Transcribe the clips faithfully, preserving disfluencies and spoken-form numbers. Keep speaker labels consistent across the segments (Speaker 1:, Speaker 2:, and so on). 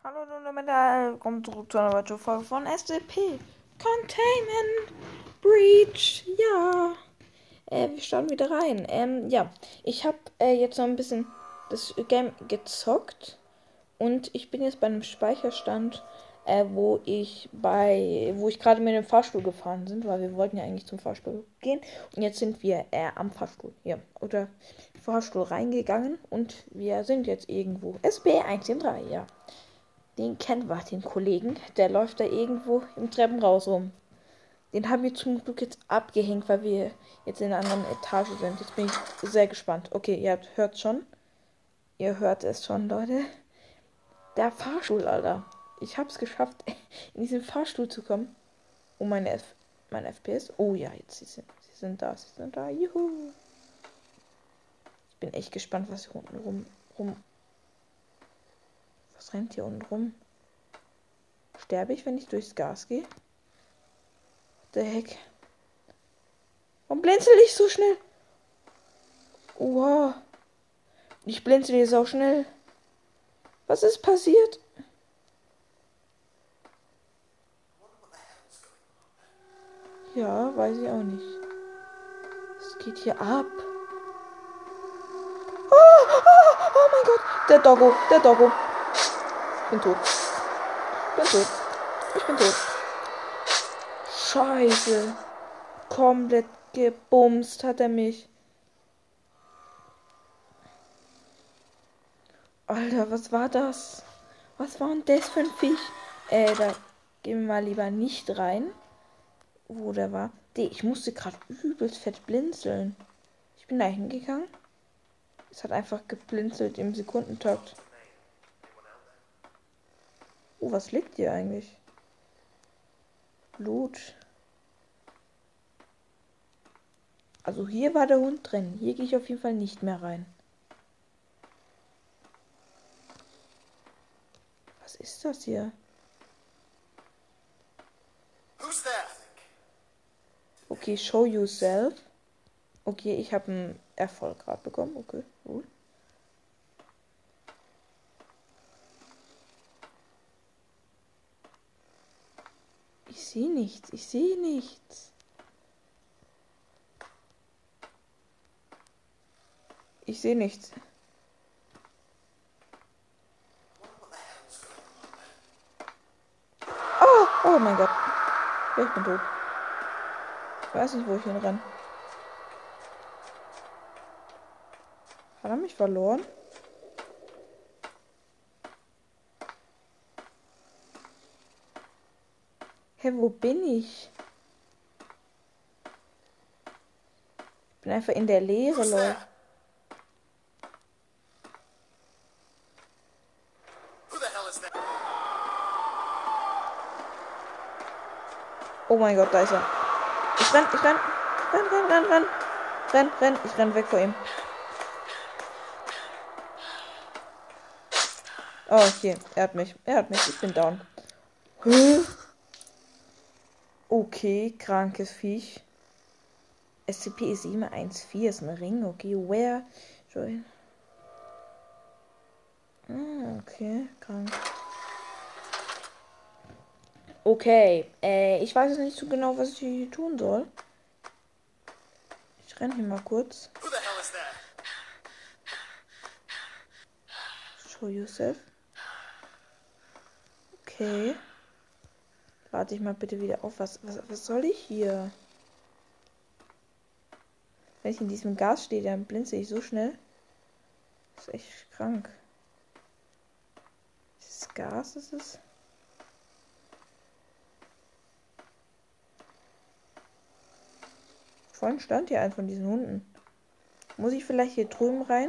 Speaker 1: Hallo und willkommen zurück zu einer weiteren Folge von S C P Containment Breach. Ja, äh, wir starten wieder rein. Ähm, ja, ich habe äh, jetzt noch ein bisschen das Game gezockt und ich bin jetzt bei einem Speicherstand, äh, wo ich bei, wo ich gerade mit dem Fahrstuhl gefahren sind, weil wir wollten ja eigentlich zum Fahrstuhl gehen und jetzt sind wir äh, am Fahrstuhl, ja, oder Fahrstuhl reingegangen und wir sind jetzt irgendwo. S B eins sieben drei, ja. Den kennen wir, den Kollegen. Der läuft da irgendwo im Treppenhaus rum. Den haben wir zum Glück jetzt abgehängt, weil wir jetzt in einer anderen Etage sind. Jetzt bin ich sehr gespannt. Okay, ihr hört schon. Ihr hört es schon, Leute. Der Fahrstuhl, Alter. Ich hab's geschafft, in diesen Fahrstuhl zu kommen. Oh, meine F mein F P S. Oh ja, jetzt sie sind, sie sind da, sie sind da. Juhu. Ich bin echt gespannt, was hier unten rum, rum. Was rennt hier unten rum? Sterbe ich, wenn ich durchs Gas gehe? What the heck? Warum blinzel ich so schnell? Wow. Ich blinzel jetzt auch schnell. Was ist passiert? Ja, weiß ich auch nicht. Was geht hier ab? Oh, oh, oh mein Gott. Der Doggo, der Doggo. Ich bin tot. Ich bin tot. Ich bin tot. Scheiße. Komplett gebumst hat er mich. Alter, was war das? Was war denn das für ein Viech? Äh, da gehen wir mal lieber nicht rein. Wo der war. Nee, ich musste gerade übelst fett blinzeln. Ich bin da hingegangen. Es hat einfach geblinzelt im Sekundentakt. Oh, was liegt hier eigentlich? Blut. Also hier war der Hund drin. Hier gehe ich auf jeden Fall nicht mehr rein. Was ist das hier? Okay, show yourself. Okay, ich habe einen Erfolg gerade bekommen. Okay, gut. Ich sehe nichts. Ich sehe nichts. Ich sehe nichts. Oh, oh mein Gott. Ja, ich bin tot. Ich weiß nicht, wo ich hinrenne. Hat er mich verloren? Hä, wo bin ich? Ich bin einfach in der Leere, Leute. Oh mein Gott, da ist er. Ich renn, ich renn. Renn, renn, renn, renn. Renn, renn. Ich renn weg vor ihm. Oh, hier. Er hat mich. Er hat mich. Ich bin down. Okay, krankes Viech. S C P sieben eins vier ist ein Ring. Okay, where? Join. Ah, okay, krank. Okay, äh, ich weiß jetzt nicht so genau, was ich hier tun soll. Ich renne hier mal kurz. Show yourself. Okay. Warte ich mal bitte wieder auf. Was, was, was soll ich hier? Wenn ich in diesem Gas stehe, dann blinze ich so schnell. Das ist echt krank. Dieses Gas ist es. Vorhin stand hier ein von diesen Hunden. Muss ich vielleicht hier drüben rein?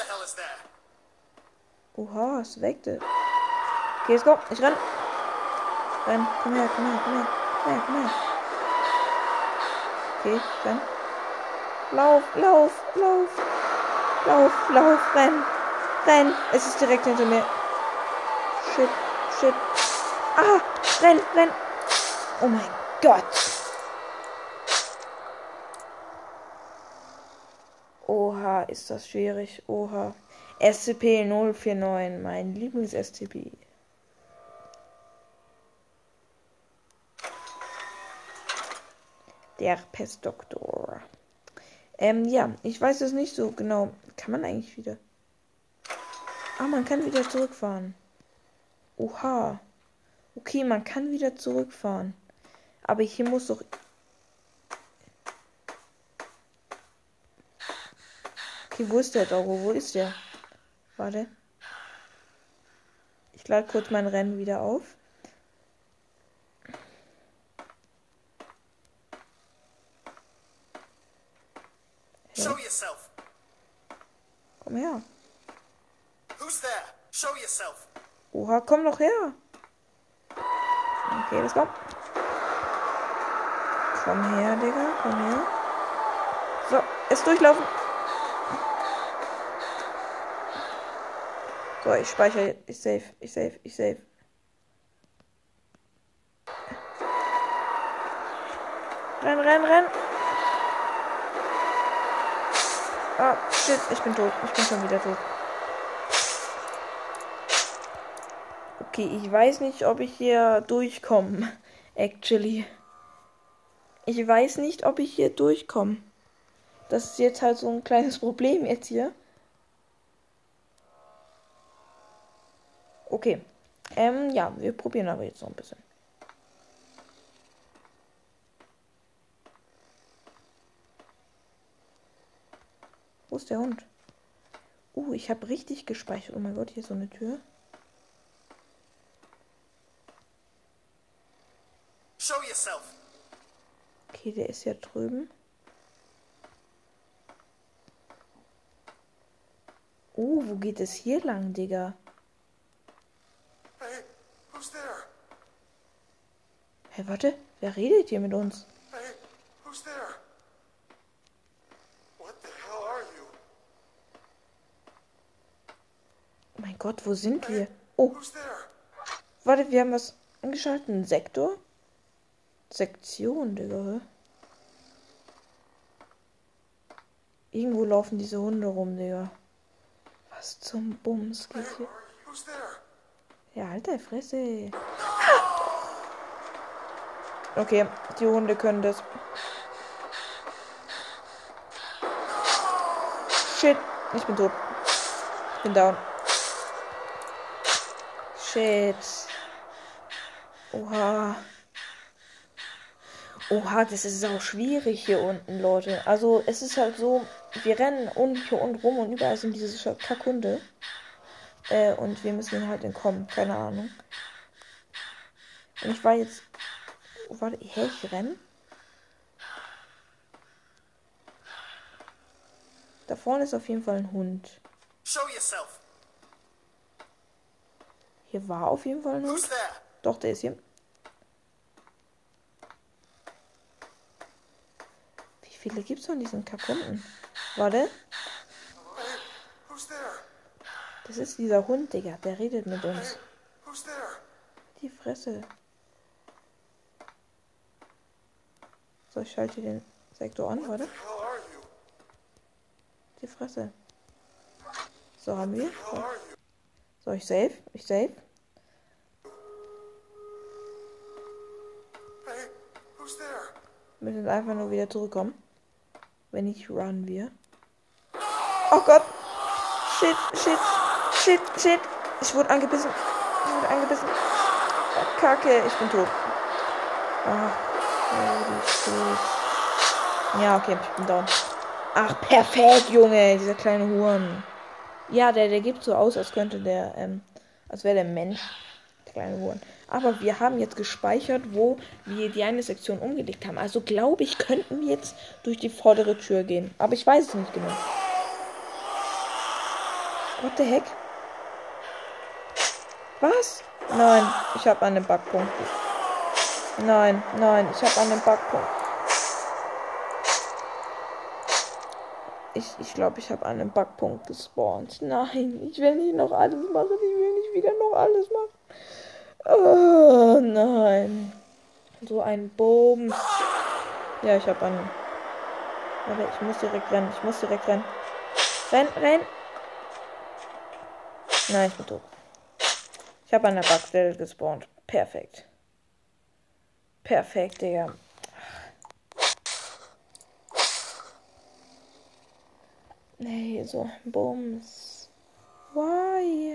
Speaker 1: Oha, es weckte. Okay, let's go. Ich renn. Renn. Komm her, komm her, komm her. Komm her, komm her. Okay, renn. Lauf, lauf, lauf. Lauf, lauf, renn. Renn. Es ist direkt hinter mir. Shit, shit. Ah, renn, renn. Oh mein Gott. Oha, ist das schwierig. Oha. S C P null vier neun, mein Lieblings-S C P. Der Pestdoktor. Ähm, ja, ich weiß es nicht so genau. Kann man eigentlich wieder... Ah, man kann wieder zurückfahren. Oha. Okay, man kann wieder zurückfahren. Aber hier muss doch... Okay, wo ist der Doggo? Wo ist der? Warte. Ich lade kurz mein Rennen wieder auf. Hey.
Speaker 2: Show yourself.
Speaker 1: Komm her.
Speaker 2: Who's there? Show yourself.
Speaker 1: Oha, komm doch her. Okay, let's go. Komm her, Digga. Komm her. So, jetzt durchlaufen. So, ich speichere. Ich save. Ich save. Ich save. Renn, renn, renn. Ah, shit. Ich bin tot. Ich bin schon wieder tot. Okay, ich weiß nicht, ob ich hier durchkomme. Actually. Ich weiß nicht, ob ich hier durchkomme. Das ist jetzt halt so ein kleines Problem jetzt hier. Okay. Ähm, ja, wir probieren aber jetzt noch ein bisschen. Wo ist der Hund? Uh, ich habe richtig gespeichert. Oh mein Gott, hier ist so eine Tür.
Speaker 2: Show yourself.
Speaker 1: Okay, der ist ja drüben. Uh, wo geht es hier lang, Digga?
Speaker 2: Hey, who's there?
Speaker 1: Hey, warte. Wer redet hier mit uns?
Speaker 2: Hey, who's there? What the hell are you?
Speaker 1: Oh mein Gott, wo sind wir? Oh,
Speaker 2: Who's there?
Speaker 1: warte, wir haben was angeschaltet. Ein Sektor? Sektion, Digga. Irgendwo laufen diese Hunde rum, Digga. Was zum Bums geht hier?
Speaker 2: Who's there?
Speaker 1: Ja, halt deine Fresse. Okay, die Hunde können das. Shit, ich bin tot. Ich bin down. Shit. Oha. Oha, das ist auch schwierig hier unten, Leute. Also, es ist halt so, wir rennen und hier unten rum und überall sind diese Kackhunde. Äh, und wir müssen halt entkommen. Keine Ahnung. Und ich war jetzt... Oh, warte, hä, ich renne? Da vorne ist auf jeden Fall ein Hund.
Speaker 2: Show yourself.
Speaker 1: Hier war auf jeden Fall ein
Speaker 2: Who's
Speaker 1: Hund.
Speaker 2: there?
Speaker 1: Doch, der ist hier. Wie viele gibt es von diesen Kackhunden? Warte.
Speaker 2: Hey, who's there?
Speaker 1: Das ist dieser Hund, Digga. Der redet mit uns.
Speaker 2: Hey, who's there?
Speaker 1: Die Fresse. So, ich schalte den Sektor an, warte.
Speaker 2: Who the hell are you?
Speaker 1: Die Fresse. So, haben wir.
Speaker 2: Who are you?
Speaker 1: So, ich save. Ich save.
Speaker 2: Hey, who's there?
Speaker 1: Wir müssen einfach nur wieder zurückkommen. Wenn ich run wir. Oh Gott. Shit, shit, shit, shit. Ich wurde angebissen. Ich wurde angebissen. Oh, Kacke, ich bin tot. Ach, holy shit. Ja, okay, ich bin down. Ach, perfekt, Junge. Dieser kleine Huren. Ja, der, der gibt so aus, als könnte der, ähm, als wäre der Mensch. Der kleine Huren. Aber wir haben jetzt gespeichert, wo wir die eine Sektion umgelegt haben. Also glaube ich, könnten wir jetzt durch die vordere Tür gehen. Aber ich weiß es nicht genau. What the heck? Was? Nein, ich habe einen Bugpunkt. Nein, nein, ich habe einen Bugpunkt. Ich glaube, ich, glaub, ich habe einen Bugpunkt gespawnt. Nein, ich will nicht noch alles machen. Ich will nicht wieder noch alles machen. Oh, nein. So ein Boom. Ja, ich habe einen. Warte, ich muss direkt rennen. Ich muss direkt rennen. Renn, renn. Nein, ich bin tot. Ich habe an der Bugstelle gespawnt. Perfekt. Perfekt, Digga. Nee, so, Bums. Why?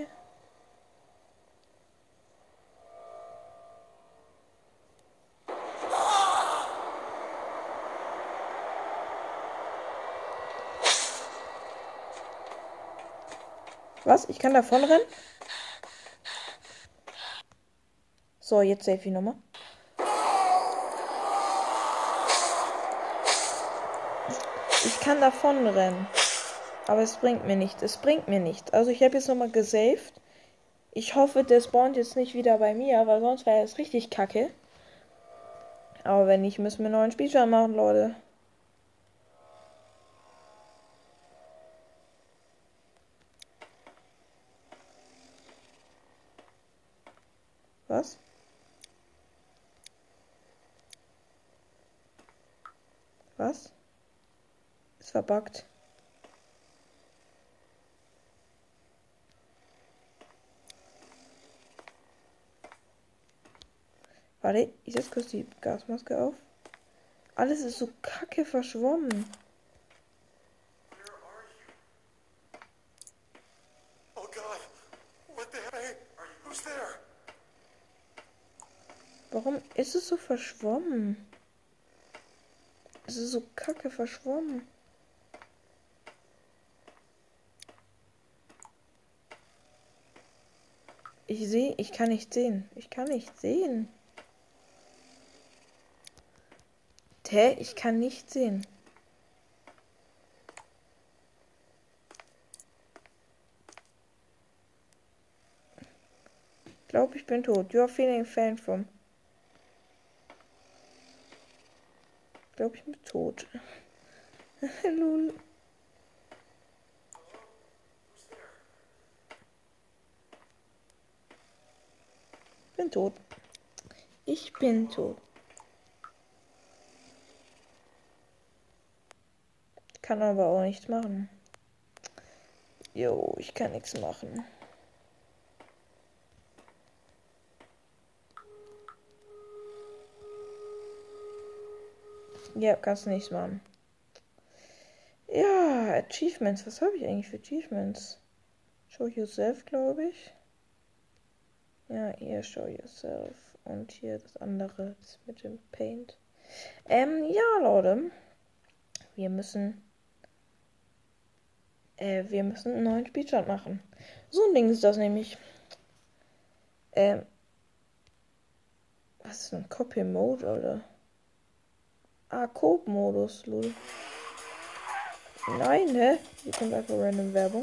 Speaker 1: Was? Ich kann davon rennen? So, jetzt Selfie nochmal. Ich kann davon rennen. Aber es bringt mir nicht. Es bringt mir nicht. Also ich habe jetzt nochmal gesaved. Ich hoffe, der spawnt jetzt nicht wieder bei mir, weil sonst wäre es richtig kacke. Aber wenn nicht, müssen wir einen neuen Spielstand machen, Leute. Was? Was? Ist verbuggt. Warte, ich setze kurz die Gasmaske auf. Alles ist so kacke verschwommen.
Speaker 2: Oh God! What the hell? Hey, are you? Who's there?
Speaker 1: Warum ist es so verschwommen? Es ist so kacke verschwommen. Ich sehe, ich kann nicht sehen. Ich kann nicht sehen. Hä? Ich kann nicht sehen. Ich glaube, ich bin tot. You are feeling faint from. Ich glaube, ich bin tot. Lol. Bin tot. Ich bin tot. Kann aber auch nichts machen. Jo, ich kann nichts machen. Ja, kannst nichts machen. Ja, Achievements. Was habe ich eigentlich für Achievements? Show yourself, glaube ich. Ja, hier Show yourself. Und hier das andere, das mit dem Paint. Ähm, ja, Leute. Wir müssen. Äh, wir müssen einen neuen Spielstand machen. So ein Ding ist das nämlich. Ähm. Was ist ein Copy Mode, oder? Ah, Coop-Modus, lol. Nein, hä? Hier kommt einfach random Werbung.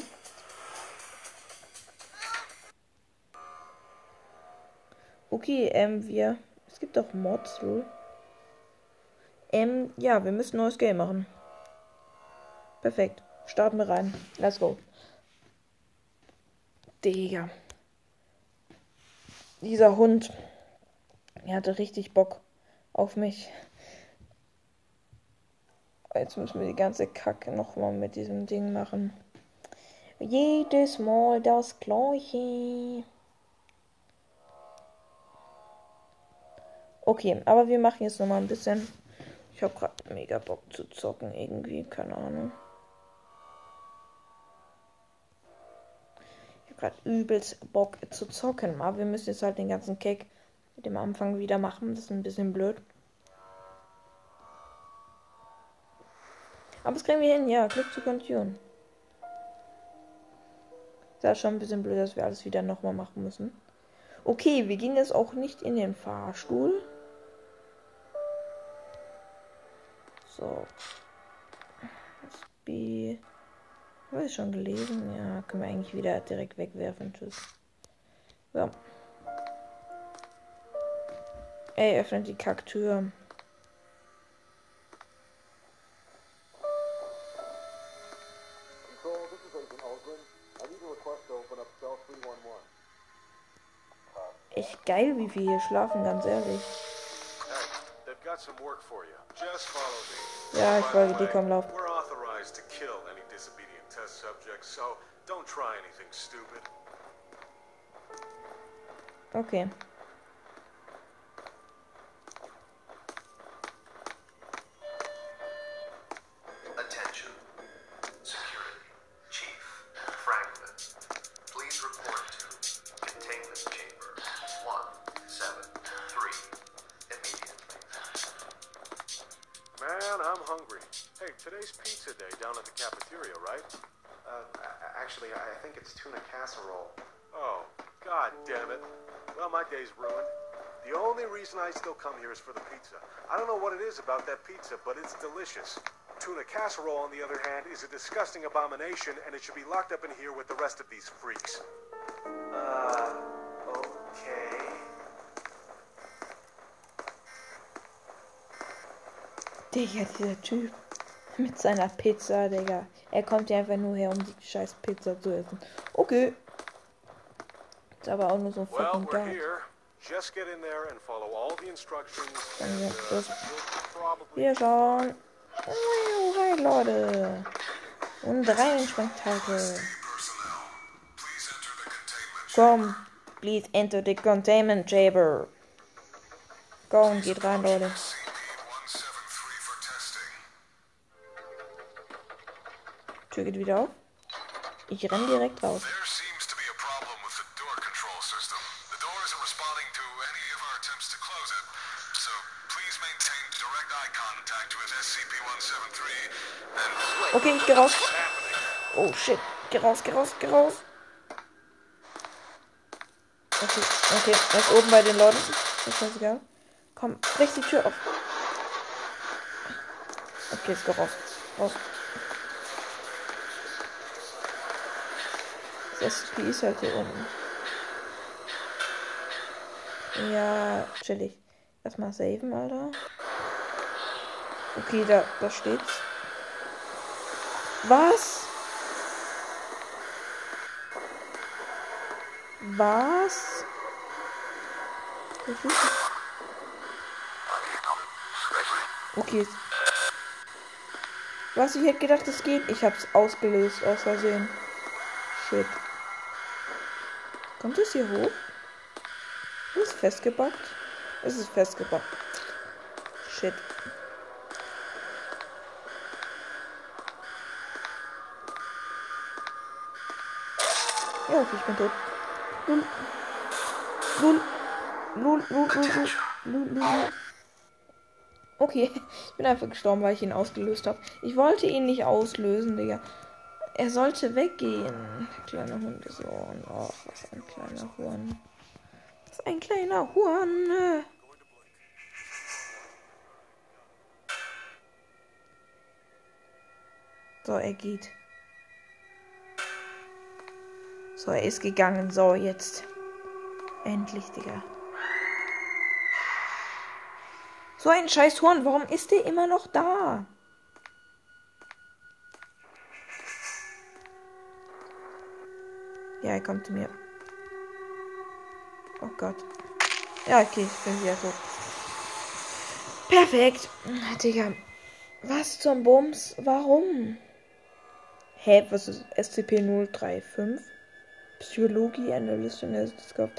Speaker 1: Okay, ähm, wir. Es gibt doch Mods, lol. Ähm, ja, wir müssen ein neues Game machen. Perfekt. Starten wir rein. Let's go. Digga. Dieser Hund. Er hatte richtig Bock auf mich. Jetzt müssen wir die ganze Kacke nochmal mit diesem Ding machen. Jedes Mal das Gleiche. Okay, aber wir machen jetzt nochmal ein bisschen. Ich habe gerade mega Bock zu zocken irgendwie. Keine Ahnung. Ich habe gerade übelst Bock zu zocken. Aber wir müssen jetzt halt den ganzen Cake mit dem Anfang wieder machen. Das ist ein bisschen blöd. Aber das kriegen wir hin. Ja, Glück zu Continue. Das ist schon ein bisschen blöd, dass wir alles wieder nochmal machen müssen. Okay, wir gehen jetzt auch nicht in den Fahrstuhl. So. B. Habe ich schon gelesen? Ja, können wir eigentlich wieder direkt wegwerfen. Tschüss. So. Ey, öffnet die Kacktür. Echt geil, wie wir hier schlafen, ganz ehrlich. Ja, ich folge dir, komm, lauf. Okay.
Speaker 2: today's pizza day down at the cafeteria, right?
Speaker 3: Uh, actually, I think it's tuna casserole.
Speaker 2: Oh, god damn it. Well, my day's ruined. The only reason I still come here is for the pizza. I don't know what it is about that pizza, but it's delicious. Tuna casserole, on the other hand, is a disgusting abomination, and it should be locked up in here with the rest of these freaks.
Speaker 3: Uh, okay.
Speaker 1: Digga, dieser Typ mit seiner Pizza, Digga. Er kommt ja einfach nur her, um die scheiß Pizza zu essen. Okay. Ist aber auch nur so ein
Speaker 2: Well,
Speaker 1: fucking
Speaker 2: we're
Speaker 1: Guard.
Speaker 2: here. Just get in there and follow all the instructions.
Speaker 1: Dann
Speaker 2: And,
Speaker 1: ja,
Speaker 2: uh,
Speaker 1: das.
Speaker 2: you'll probably...
Speaker 1: Wir schauen. Oh, hi, Leute. Und rein Spektakel. Komm, please enter the containment chamber. Komm, geht rein, Leute. Tür geht wieder auf. Ich renn direkt raus.
Speaker 4: There seems to be a problem with the door control system. The door isn't responding to any of our attempts to close it. So please maintain direct eye contact with S C P one seven three and...
Speaker 1: Okay, ich geh raus. Oh shit. Geh raus, geh raus, geh raus. Okay, okay. Er ist oben bei den Leuten. Ist scheißegal. Komm, brech die Tür auf. Okay, jetzt geh raus. Raus. Das S P ist halt hier unten. Ja, chillig. Erstmal saven, Alter. Okay, da, da steht's. Was? Was? Okay. Was, ich hätte gedacht, es geht. Ich hab's ausgelöst, aus Versehen. Shit. Kommt es hier hoch? Ist es festgebackt? Es ist festgebackt. Shit. Ja, okay, ich bin tot. Lul. Lul. Lul, lul, lul, lul, lul, lul. Okay, ich bin einfach gestorben, weil ich ihn ausgelöst habe. Ich wollte ihn nicht auslösen, Digga. Er sollte weggehen. Kleiner Hundesohn. Och, was ein kleiner Huren. Was ein kleiner Huren. So, er geht. So, er ist gegangen. So, jetzt. Endlich, Digga. So ein scheiß Huren. Warum ist der immer noch da? Ja, er kommt zu mir. Oh Gott. Ja, okay, ich bin wieder tot. Perfekt. Digga. Was zum Bums? Warum? Hä, was ist S C P null drei fünf? Psychologie, Analystin, okay,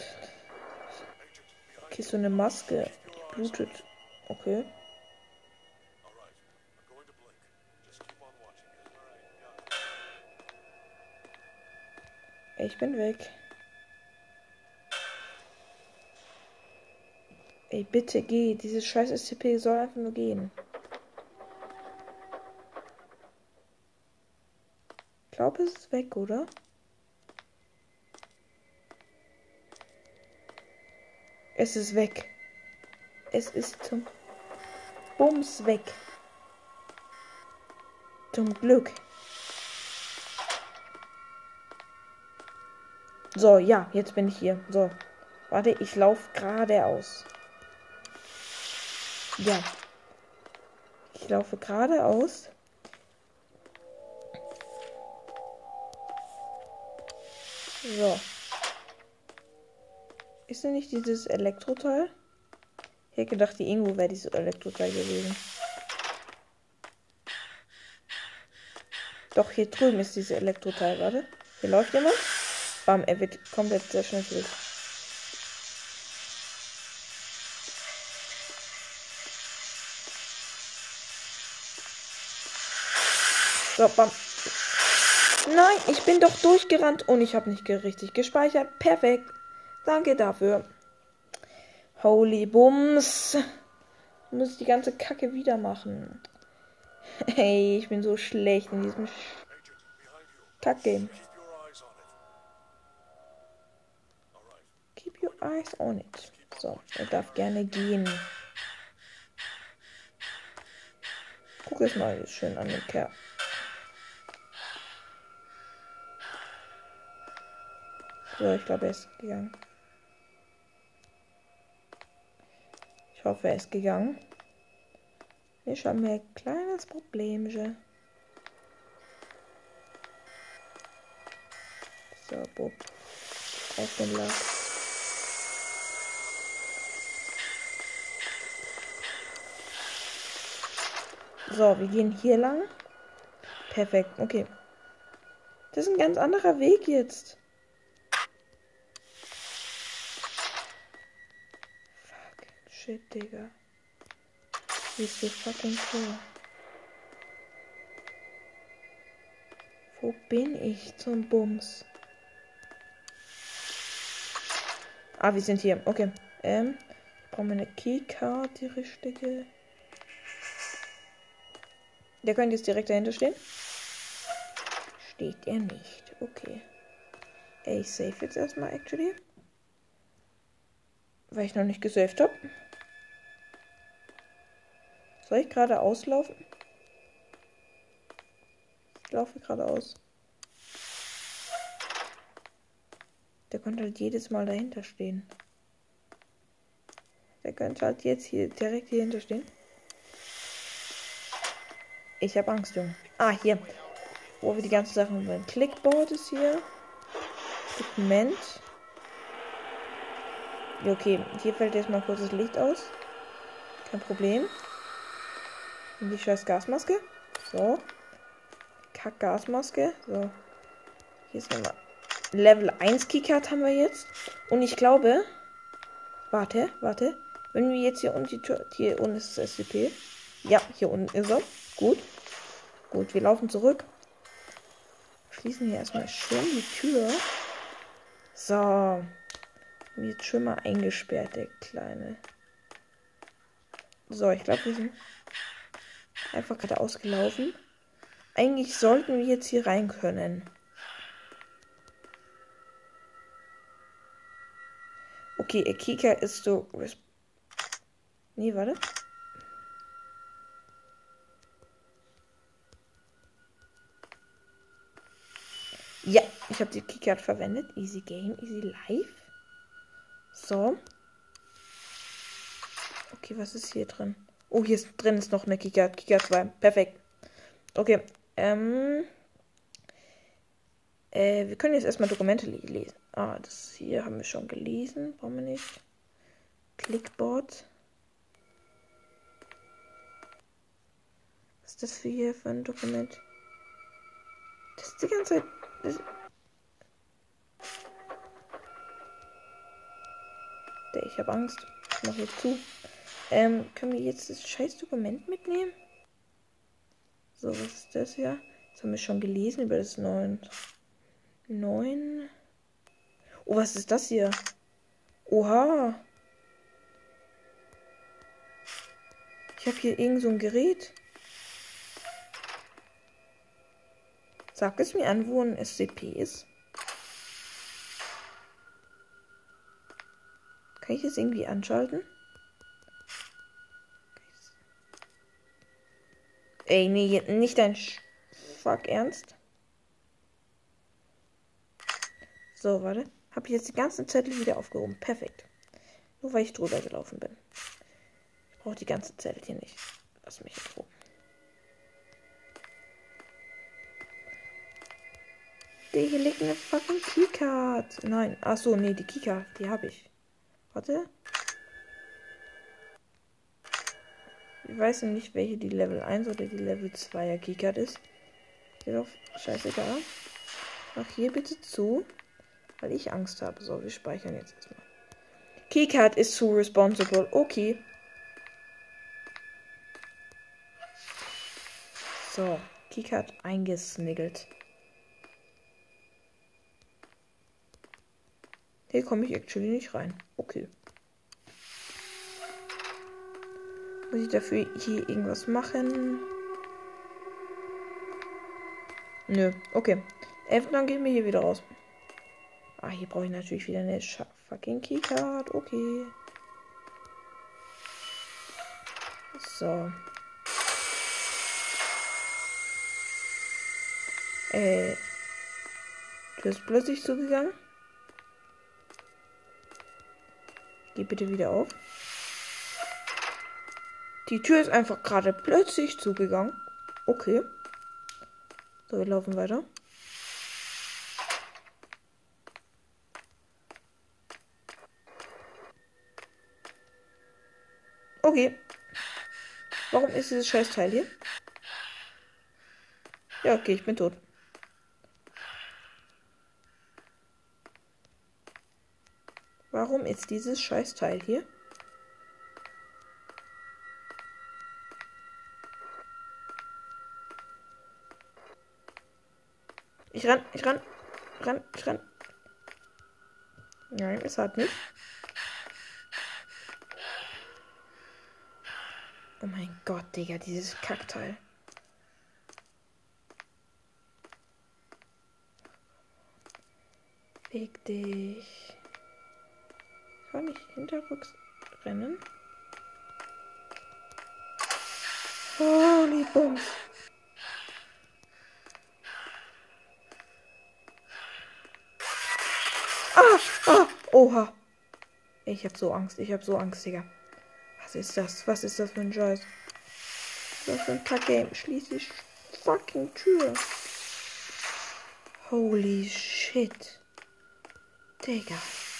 Speaker 1: so eine Maske. Die blutet. Okay. Ich bin weg. Ey, bitte geh. Dieses scheiß S C P soll einfach nur gehen. Ich glaube, es ist weg, oder? Es ist weg. Es ist zum Bums weg. Zum Glück. So, ja, jetzt bin ich hier. So. Warte, ich laufe geradeaus. Ja. Ich laufe geradeaus. So. Ist denn nicht dieses Elektroteil? Ich hätte gedacht, die irgendwo wäre dieses Elektroteil gewesen. Doch, hier drüben ist dieses Elektroteil. Warte. Hier läuft jemand. Bam, er wird komplett zerschnittelt. So, bam. Nein, ich bin doch durchgerannt und ich habe nicht richtig gespeichert. Perfekt. Danke dafür. Holy Bums. Ich muss die ganze Kacke wieder machen. Hey, ich bin so schlecht in diesem Kack-Game. Keep your eyes on it. So, er darf gerne gehen. Guck es mal schön an den Kerl. So, ich glaube, er ist gegangen. Ich hoffe, er ist gegangen. Ich habe mir ein kleines Problemchen. So, Bob. Auf den Lack. So, wir gehen hier lang. Perfekt, okay. Das ist ein ganz anderer Weg jetzt. Fuck, shit, Digga. Bist du fucking cool. Wo bin ich zum Bums? Ah, wir sind hier. Okay. Ähm, brauchen wir eine Keycard, die richtige. Der könnte jetzt direkt dahinter stehen. Steht er nicht. Okay. Ey, ich save jetzt erstmal, actually. Weil ich noch nicht gesaved habe. Soll ich gerade auslaufen? Ich laufe geradeaus. Der könnte halt jedes Mal dahinter stehen. Der könnte halt jetzt hier direkt hier hinter stehen. Ich habe Angst, Junge. Ah, hier. Wo wir die ganzen Sachen über ein Clickboard ist hier. Dokument. Ja, okay. Hier fällt jetzt mal kurz das Licht aus. Kein Problem. Und die scheiß Gasmaske. So. Kack Gasmaske. So. Hier ist nochmal. Level eins Keycard haben wir jetzt. Und ich glaube. Warte, warte. Wenn wir jetzt hier unten die Tür. Hier unten ist das S C P. Ja, hier unten ist er. Gut. Gut, wir laufen zurück. Schließen hier erstmal schön die Tür. So. Jetzt schon mal eingesperrt, der Kleine. So, ich glaube, wir sind einfach gerade ausgelaufen. Eigentlich sollten wir jetzt hier rein können. Okay, ihr Kika ist so. Nee, warte. Ja, ich habe die Keycard verwendet. Easy Game, Easy Life. So. Okay, was ist hier drin? Oh, hier ist drin ist noch eine Keycard. Keycard zwei. Perfekt. Okay. Ähm. Äh, wir können jetzt erstmal Dokumente lesen. Ah, das hier haben wir schon gelesen. Brauchen wir nicht. Clickboard. Was ist das für hier für ein Dokument? Das ist die ganze Zeit. Das ich habe Angst. Ich mache jetzt zu. Ähm, können wir jetzt das scheiß Dokument mitnehmen? So, was ist das hier? Das haben wir schon gelesen über das neun. neun. Oh, was ist das hier? Oha. Ich habe hier irgend so ein Gerät. Sag es mir an, wo ein S C P ist. Kann ich das irgendwie anschalten? Ey, nee, nicht dein Sch Fuck Ernst. So, warte. Hab ich jetzt die ganzen Zettel wieder aufgehoben. Perfekt. Nur weil ich drüber gelaufen bin. Ich brauche die ganzen Zettel hier nicht. Lass mich in Ruhe. Hier liegt eine fucking Keycard. Nein. Achso, nee, die Keycard, die habe ich. Warte. Ich weiß nicht, welche die Level eins oder die Level zweier Keycard ist. Ist doch scheißegal. Mach hier bitte zu, weil ich Angst habe. So, wir speichern jetzt erstmal. Keycard ist zu responsible. Okay. So, Keycard eingesniggelt. Hier komme ich actually nicht rein. Okay. Muss ich dafür hier irgendwas machen? Nö, okay. Äh, dann gehen wir hier wieder raus. Ah, hier brauche ich natürlich wieder eine Scha fucking Keycard. Okay. So. Äh. Du bist plötzlich zugegangen. Geh bitte wieder auf. Die Tür ist einfach gerade plötzlich zugegangen. Okay. So, wir laufen weiter. Okay. Warum ist dieses Scheißteil hier? Ja, okay, ich bin tot. Warum ist dieses Scheißteil hier? Ich renn, ich renn, renn, ich renn. Nein, es hat nicht. Oh mein Gott, Digga, dieses Kackteil. Fick dich. Kann ich hinterrücks rennen? Holy Bums. Ah, ah, oha. Ich hab so Angst, ich hab so Angst, Digga. Was ist das? Was ist das für ein Scheiß? Was für ein Kack-Game? Schließ die fucking Tür. Holy shit. Digga.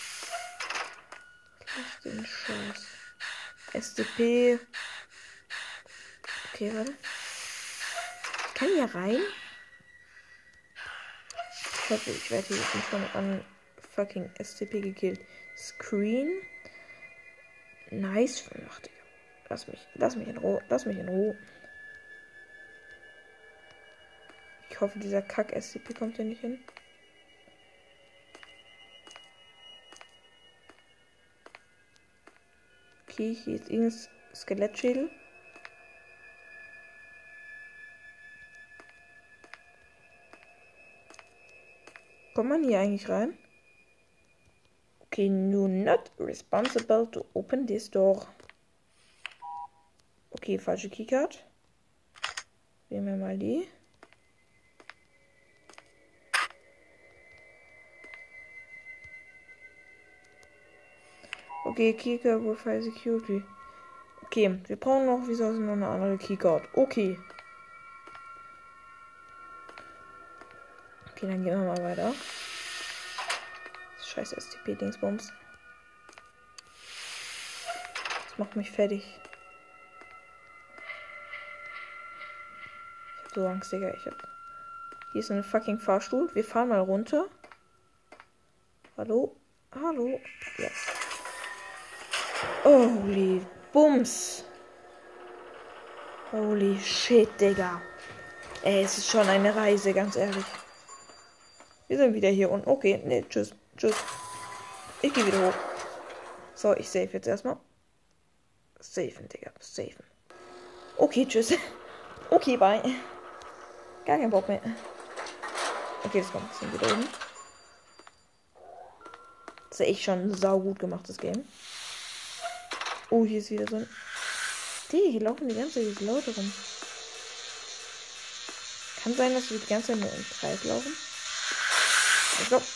Speaker 1: Lass den Scheiß. S D P. Okay, warte. Ich kann hier rein. Ich hoffe, ich werde hier jetzt nicht von an fucking S T P gekillt. Screen. Nice. Ach, Digga. Lass mich, lass mich in Ruhe. Lass mich in Ruhe. Ich hoffe, dieser Kack-S C P kommt hier nicht hin. Okay, hier ist irgendein Skelettschädel. Kommt man hier eigentlich rein? Okay, you're not responsible to open this door. Okay, falsche Keycard. Nehmen wir mal die. Okay, Keycard Wi-Fi Security. Okay, wir brauchen noch, wie soll es noch eine andere Keycard? Okay. Okay, dann gehen wir mal weiter. Scheiß S T P-Dingsbums. Das macht mich fertig. Ich hab so Angst, Digga. Ich hab... Hier ist ein fucking Fahrstuhl. Wir fahren mal runter. Hallo? Hallo? Ja. Holy Bums. Holy shit, Digga. Ey, es ist schon eine Reise, ganz ehrlich. Wir sind wieder hier unten. Okay, ne, tschüss. Tschüss. Ich gehe wieder hoch. So, ich save jetzt erstmal. Safen, Digga. Safen. Okay, tschüss. Okay, bye. Gar kein Bock mehr. Okay, das kommt. Sind wieder oben. Das ist echt schon ein saugut gemachtes Game. Oh, hier ist wieder so ein... Die, hier laufen die ganze Zeit diese Leute rum. Kann sein, dass wir die ganze Zeit nur im Kreis laufen. Ich glaub...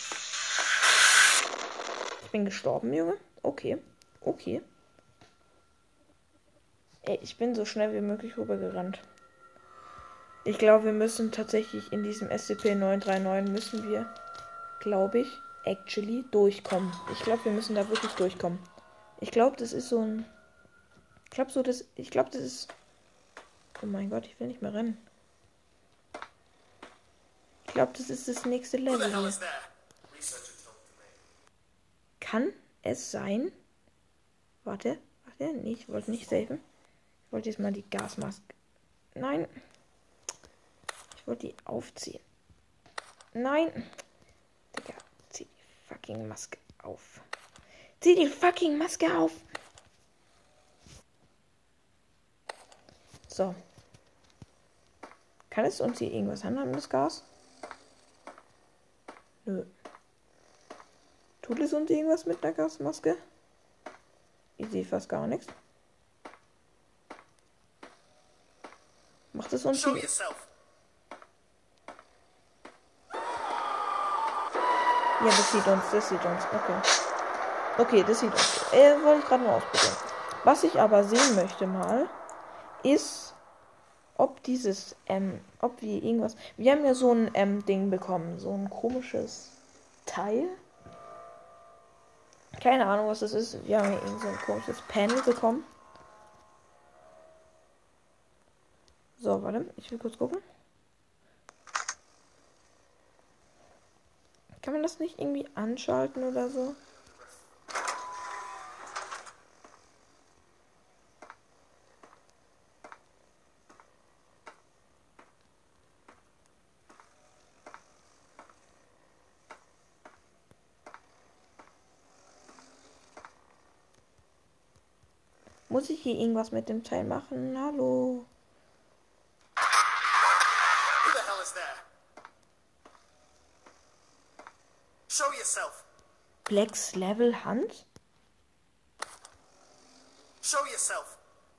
Speaker 1: Ich bin gestorben, Junge. Okay. Okay. Ey, ich bin so schnell wie möglich rübergerannt. Ich glaube, wir müssen tatsächlich in diesem S C P neun drei neun müssen wir, glaube ich, actually durchkommen. Ich glaube, wir müssen da wirklich durchkommen. Ich glaube, das ist so ein... Ich glaube, so das... Ich glaube, das ist... Oh mein Gott, ich will nicht mehr rennen. Ich glaube, das ist das nächste Level hier. Kann es sein? Warte, warte, nee, ich wollte nicht saven. Ich wollte jetzt mal die Gasmaske. Nein. Ich wollte die aufziehen. Nein. Digga, zieh die fucking Maske auf. Zieh die fucking Maske auf. So. Kann es uns hier irgendwas handhaben, das Gas? Nö. Tut es uns irgendwas mit der Gasmaske? Ich sehe fast gar nichts. Macht es uns
Speaker 3: Show
Speaker 1: die...
Speaker 3: yourself.
Speaker 1: Ja, das sieht uns, das sieht uns. Okay. Okay, das sieht uns. Äh, wollte ich gerade mal ausprobieren. Was ich aber sehen möchte mal, ist, ob dieses, ähm, ob wir irgendwas... Wir haben ja so ein, ähm, Ding bekommen. So ein komisches Teil. Keine Ahnung, was das ist. Wir haben ja irgend so ein komisches Panel bekommen. So, warte. Ich will kurz gucken. Kann man das nicht irgendwie anschalten oder so? Muss ich hier irgendwas mit dem Teil machen? Hallo?
Speaker 3: Who the hell is there? Show yourself.
Speaker 1: Blacks Level Hand?
Speaker 3: Show yourself.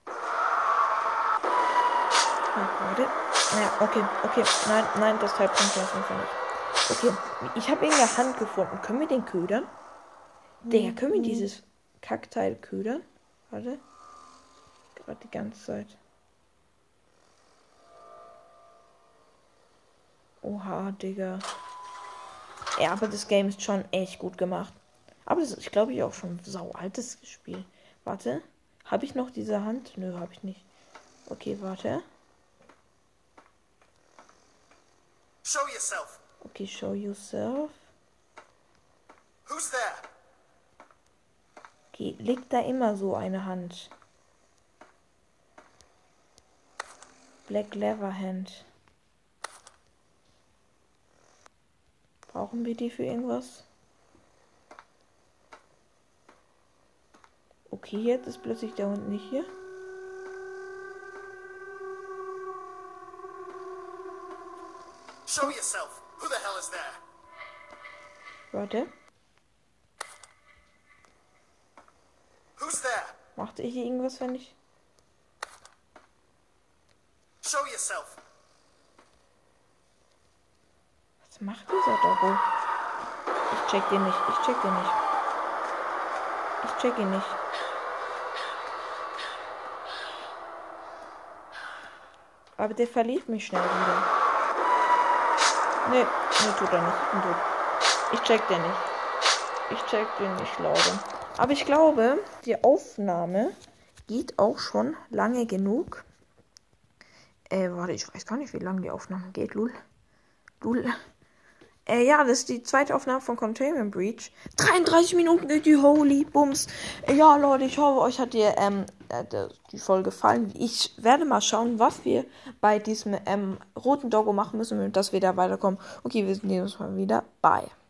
Speaker 1: Ah, warte. Ja, okay, okay. Nein, nein, das Teil kommt das einfach nicht. Okay, ich habe irgendeine Hand gefunden. Können wir den ködern? Der, können wir dieses Kackteil ködern? Warte. Gerade die ganze Zeit. Oha, Digga. Ja, aber das Game ist schon echt gut gemacht. Aber das ist, ich glaube, ich auch schon ein sau altes Spiel. Warte. Habe ich noch diese Hand? Nö, habe ich nicht. Okay, warte.
Speaker 3: Show yourself.
Speaker 1: Okay, show yourself.
Speaker 3: Who's there?
Speaker 1: Okay, liegt da immer so eine Hand. Black Leather Hand. Brauchen wir die für irgendwas? Okay, jetzt ist plötzlich der Hund nicht hier.
Speaker 3: Show yourself. Who the hell is there?
Speaker 1: Warte.
Speaker 3: Who's there?
Speaker 1: Macht ihr hier irgendwas, wenn ich...
Speaker 3: Show yourself.
Speaker 1: Was macht dieser Doggo? Ich check den nicht. Ich check den nicht. Ich check ihn nicht. Aber der verliert mich schnell wieder. Nee, nee, tut er nicht. Ich bin tot. Ich check den nicht. Ich check den nicht, Leute. Aber ich glaube, die Aufnahme geht auch schon lange genug. Äh, warte, ich weiß gar nicht, wie lange die Aufnahme geht, lul. Lul. Äh, ja, das ist die zweite Aufnahme von Containment Breach. dreiunddreißig Minuten geht die Holy Bums. Äh, ja, Leute, ich hoffe, euch hat die, ähm, äh, die Folge gefallen. Ich werde mal schauen, was wir bei diesem ähm, roten Doggo machen müssen, damit dass wir da weiterkommen. Okay, wir sehen uns mal wieder. Bye.